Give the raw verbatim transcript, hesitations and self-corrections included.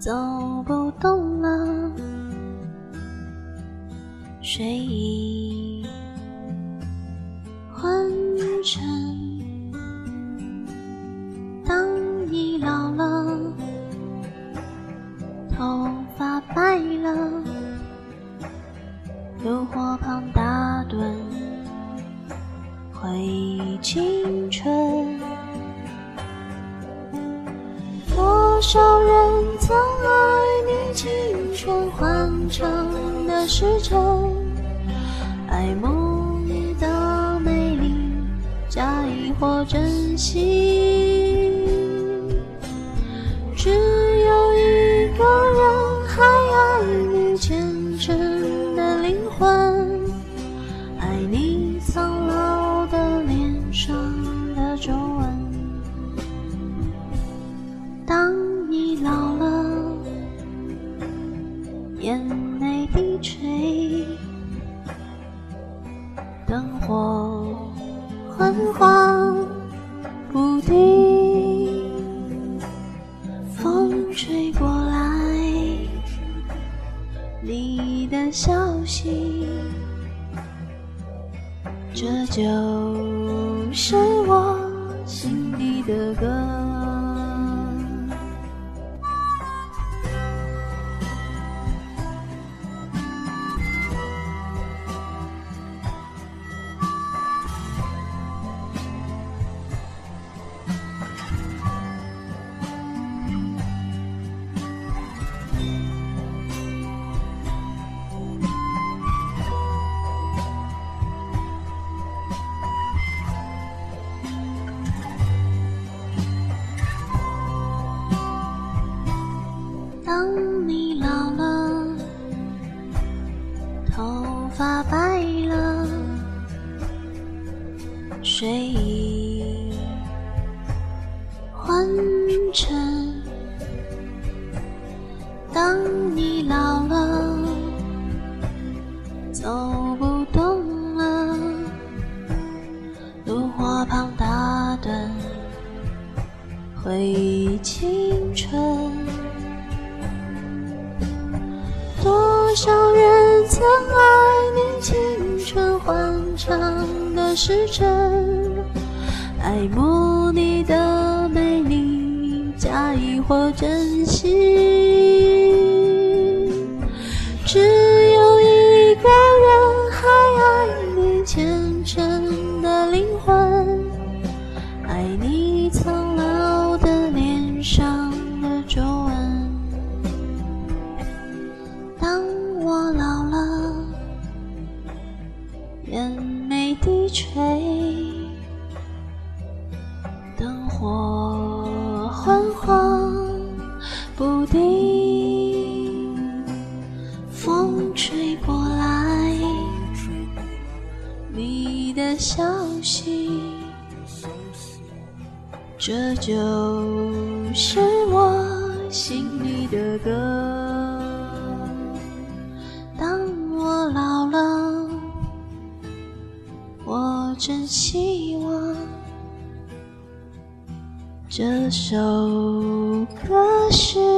走不动了，睡意昏沉。当你老了，头发白了，炉火旁打盹，回忆青春。多少人曾爱你青春欢畅的时辰，爱慕你的美丽，假意或真心。只有一个人还爱你虔诚的灵魂，爱你苍老的脸上的皱纹。当你老了，眼泪低垂，灯火昏黄不定，风吹过来你的消息，这就是我心里的歌。当你老了，头发白了，睡意昏沉。当你老了，走不动了，炉火旁打盹，回忆青春。多少人曾爱你青春欢畅的时辰，爱慕你的美丽，假意或真心。只有一个人还爱你虔诚的灵魂，爱你苍老的脸上的皱纹。当我老了，眼眉低垂，灯火昏黄不定，风吹过来你的消息，这就是我心里的歌。当我老了，我真希望这首歌是